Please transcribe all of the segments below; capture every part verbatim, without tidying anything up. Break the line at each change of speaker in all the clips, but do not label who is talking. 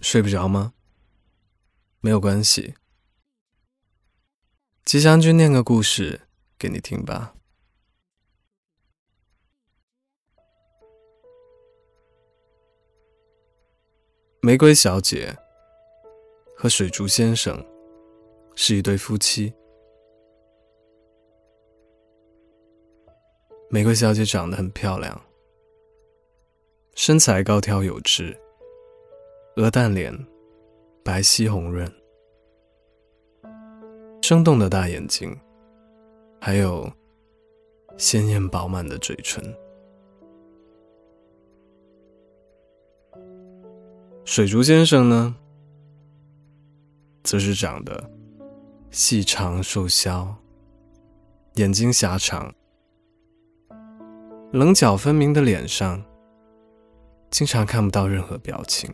睡不着吗？没有关系，吉祥君念个故事给你听吧。玫瑰小姐和水竹先生是一对夫妻。玫瑰小姐长得很漂亮，身材高挑有致，鹅蛋脸，白皙红润，生动的大眼睛，还有鲜艳饱满的嘴唇。水竹先生呢，则是长得细长瘦削，眼睛狭长，棱角分明的脸上经常看不到任何表情。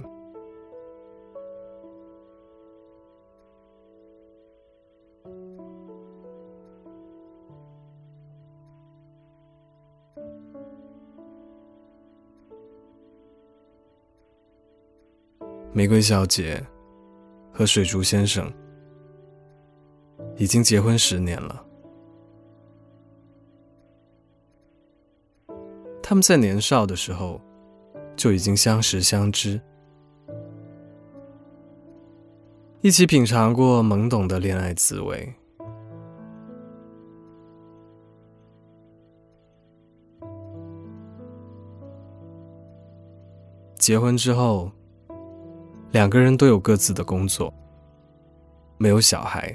玫瑰小姐和水竹先生已经结婚十年了。他们在年少的时候就已经相识相知，一起品尝过懵懂的恋爱滋味。结婚之后，两个人都有各自的工作，没有小孩。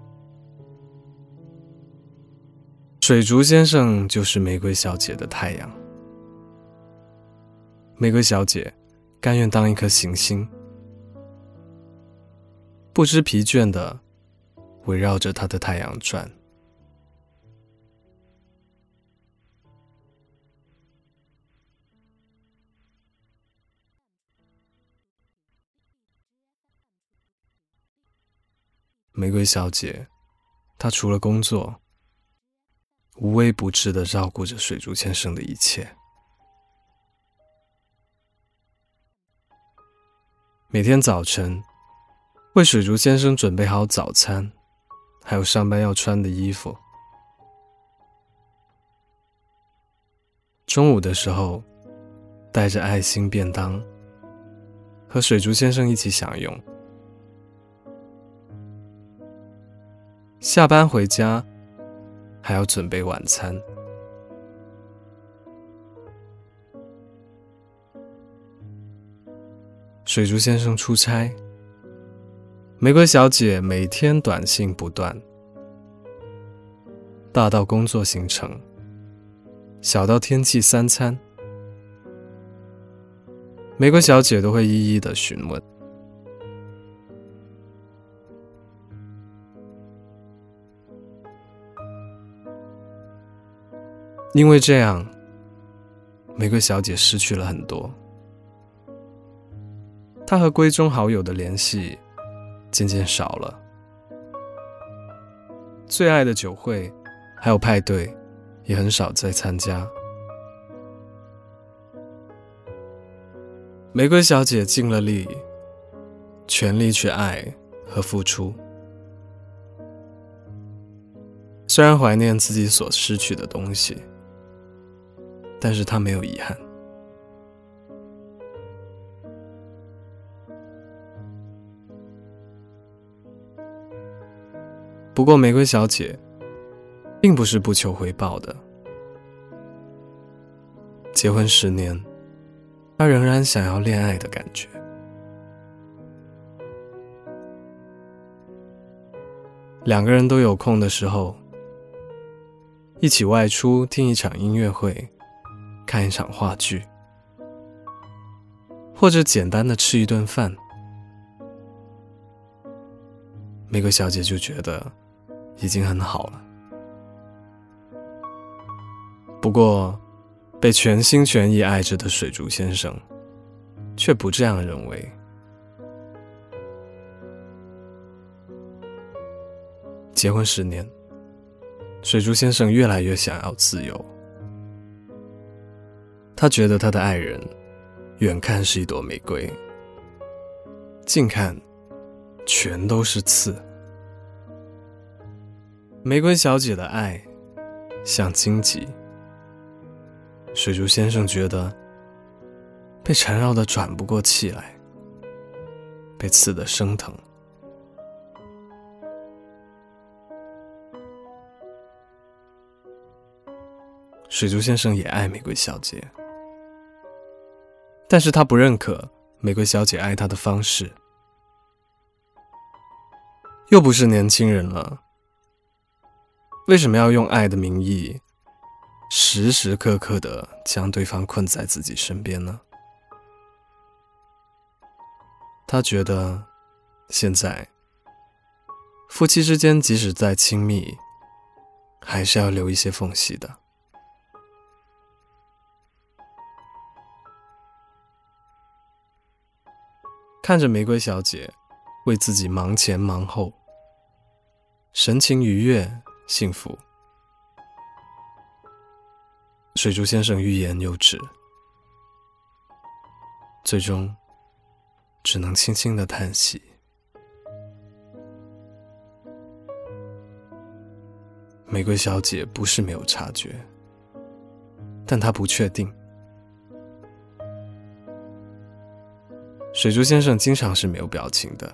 水竹先生就是玫瑰小姐的太阳，玫瑰小姐甘愿当一颗行星，不知疲倦地围绕着她的太阳转。玫瑰小姐，她除了工作，无微不至地照顾着水竹先生的一切。每天早晨，为水竹先生准备好早餐，还有上班要穿的衣服。中午的时候，带着爱心便当，和水竹先生一起享用。下班回家，还要准备晚餐。水竹先生出差，玫瑰小姐每天短信不断，大到工作行程，小到天气三餐，玫瑰小姐都会一一的询问。因为这样，玫瑰小姐失去了很多。她和闺中好友的联系渐渐少了，最爱的酒会还有派对也很少再参加。玫瑰小姐尽了力，全力去爱和付出。虽然怀念自己所失去的东西，但是她没有遗憾。不过玫瑰小姐并不是不求回报的，结婚十年，她仍然想要恋爱的感觉。两个人都有空的时候，一起外出听一场音乐会，看一场话剧，或者简单的吃一顿饭。玫瑰小姐就觉得已经很好了。不过，被全心全意爱着的水竹先生却不这样认为。结婚十年，水竹先生越来越想要自由。他觉得他的爱人远看是一朵玫瑰， 近看全都是刺。玫瑰小姐的爱像荆棘，水珠先生觉得被缠绕得转不过气来，被刺得生疼。水珠先生也爱玫瑰小姐，但是他不认可玫瑰小姐爱他的方式。又不是年轻人了，为什么要用爱的名义时时刻刻地将对方困在自己身边呢？他觉得现在夫妻之间即使再亲密，还是要留一些缝隙的。看着玫瑰小姐为自己忙前忙后，神情愉悦幸福，水珠先生欲言又止，最终只能轻轻地叹息。玫瑰小姐不是没有察觉，但她不确定。水珠先生经常是没有表情的，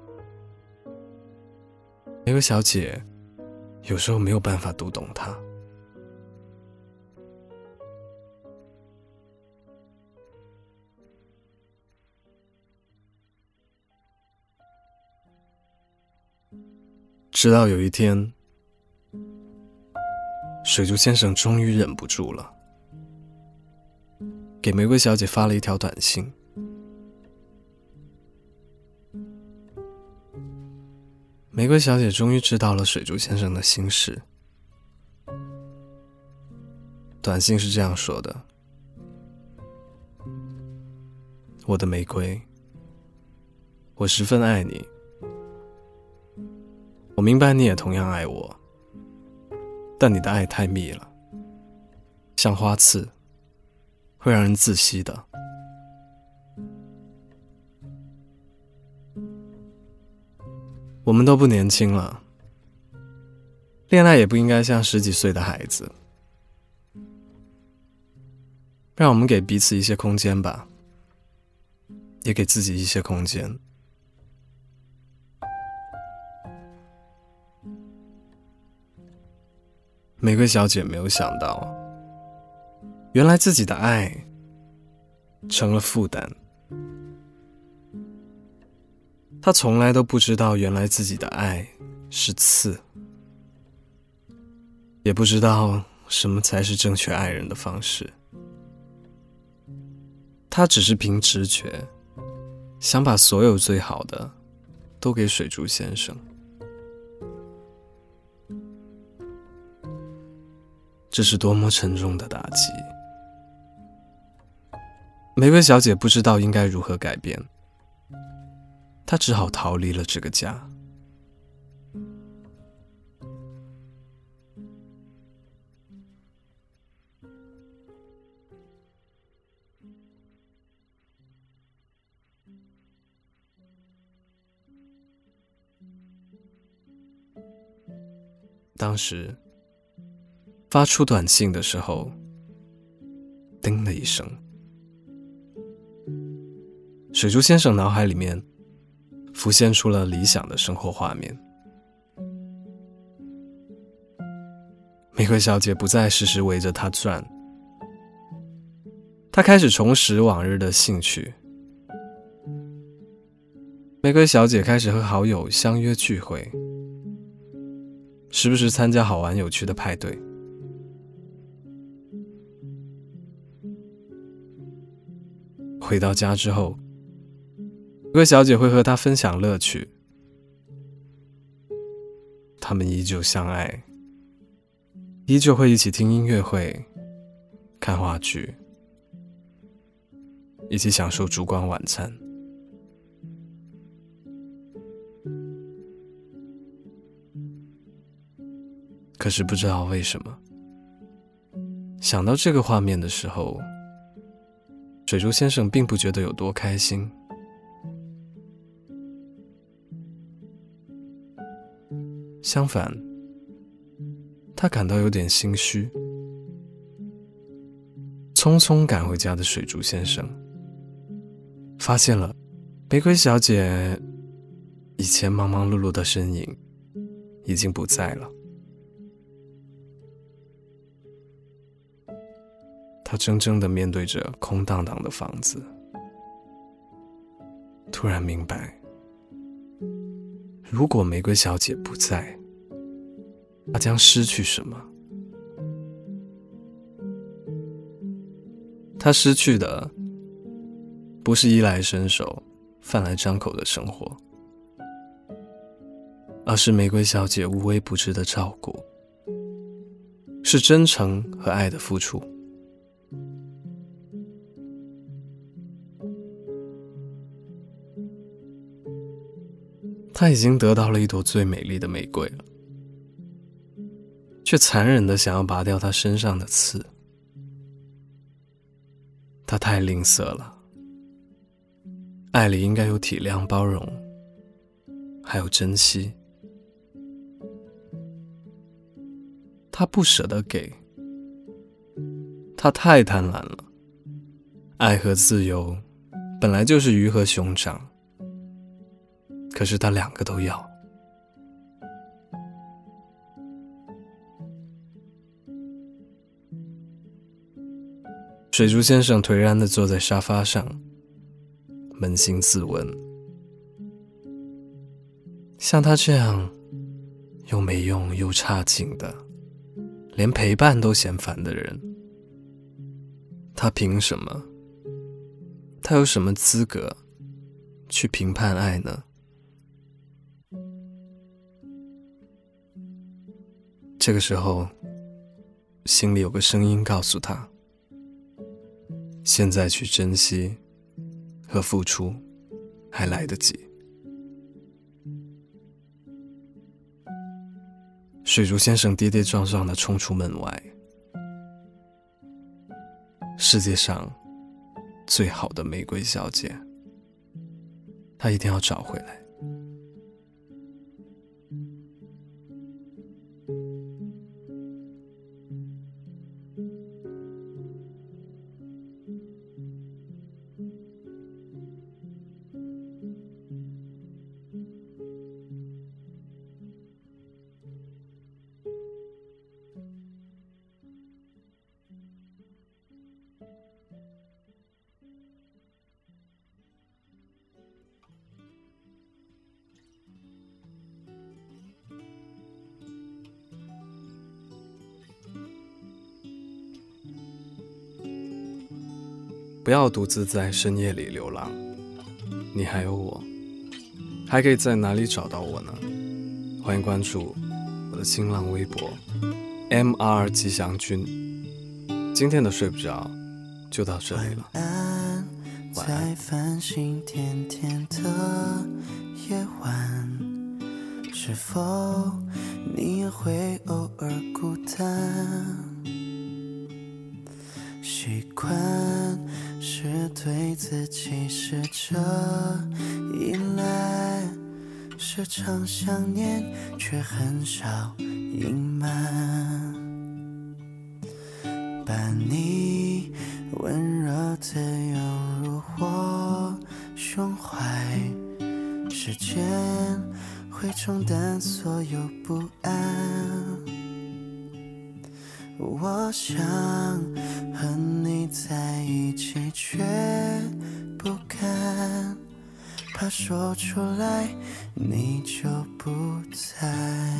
玫瑰小姐有时候没有办法读懂他。直到有一天，水珠先生终于忍不住了，给玫瑰小姐发了一条短信。玫瑰小姐终于知道了水珠先生的心事。短信是这样说的：我的玫瑰，我十分爱你，我明白你也同样爱我，但你的爱太密了，像花刺，会让人窒息的。我们都不年轻了，恋爱也不应该像十几岁的孩子。让我们给彼此一些空间吧，也给自己一些空间。玫瑰小姐没有想到，原来自己的爱成了负担。她从来都不知道，原来自己的爱是刺，也不知道什么才是正确爱人的方式。她只是凭直觉，想把所有最好的都给水珠先生。这是多么沉重的打击！玫瑰小姐不知道应该如何改变，她只好逃离了这个家。当时发出短信的时候，叮的一声，水珠先生脑海里面浮现出了理想的生活画面。玫瑰小姐不再时时围着他转，她开始重拾往日的兴趣。玫瑰小姐开始和好友相约聚会，时不时参加好玩有趣的派对。回到家之后，玫瑰小姐会和他分享乐趣，他们依旧相爱，依旧会一起听音乐会、看话剧，一起享受烛光晚餐。可是不知道为什么，想到这个画面的时候，水珠先生并不觉得有多开心。 相反，他感到有点心虚。匆匆赶回家的水竹先生发现了玫瑰小姐以前忙忙碌碌的身影已经不在了。他怔怔地面对着空荡荡的房子，突然明白，如果玫瑰小姐不在，他将失去什么？他失去的不是衣来伸手、饭来张口的生活，而是玫瑰小姐无微不至的照顾，是真诚和爱的付出。他已经得到了一朵最美丽的玫瑰了，却残忍地想要拔掉她身上的刺。他太吝啬了，爱里应该有体谅、包容，还有珍惜。他不舍得给，他太贪婪了。爱和自由本来就是鱼和熊掌，可是他两个都要。水竹先生颓然地坐在沙发上，扪心自问，像他这样又没用又差劲的，连陪伴都嫌烦的人，他凭什么？他有什么资格去评判爱呢？这个时候，心里有个声音告诉他，现在去珍惜和付出还来得及。水竹先生跌跌撞撞地冲出门外，世界上最好的玫瑰小姐，他一定要找回来。不要独自在深夜里流浪，你还有我，还可以在哪里找到我呢？欢迎关注我的新浪微博 M R 吉祥君。今天的睡不着就到这里了，晚安。
在繁星点点的夜晚，是否你也会偶尔孤单？习惯是对自己试着依赖，时常想念却很少隐瞒，把你温柔的涌入我胸怀，时间会冲淡所有不安。我想和你在一起，却不敢，怕说出来你就不在。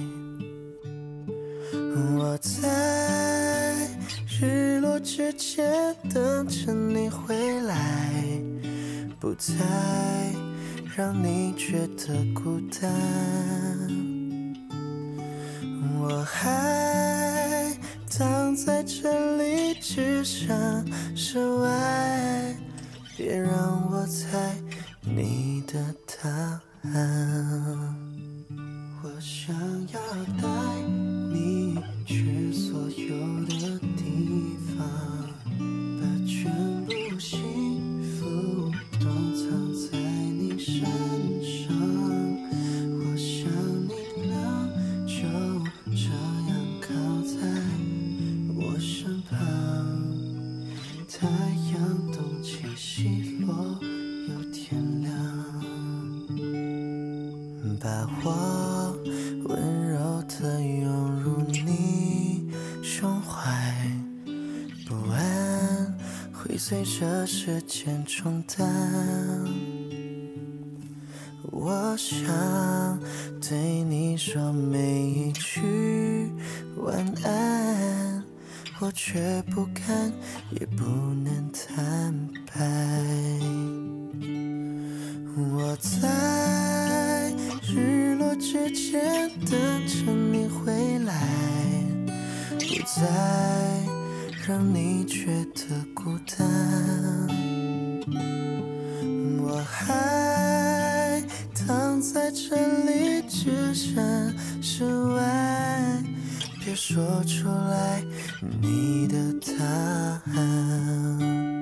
我在日落之前等着你回来，不再让你觉得孤单。我还躺在这里，只想室外，别让我猜你的答案。我想要带你去所有的地方，把全部幸福都藏在你身上。我想你能有天亮，把我温柔地拥入你胸怀，不安会随着时间冲淡。我想对你说每一句晚安，我却不敢也不能坦白。我在日落之前等着你回来，不再让你觉得孤单。我还躺在这里，置身事外，别说出来你的答案。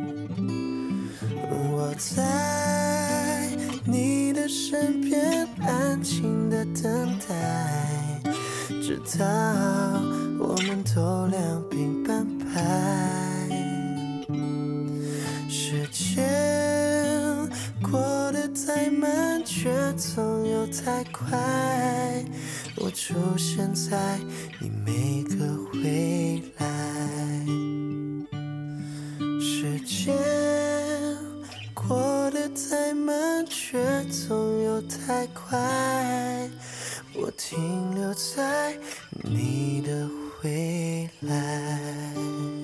我在你的身边安静的等待，直到我们都两鬓斑白。时间过得太慢，却总有太快，我出现在你每个未来。时间过得太慢，却总有太快，我停留在你的未来。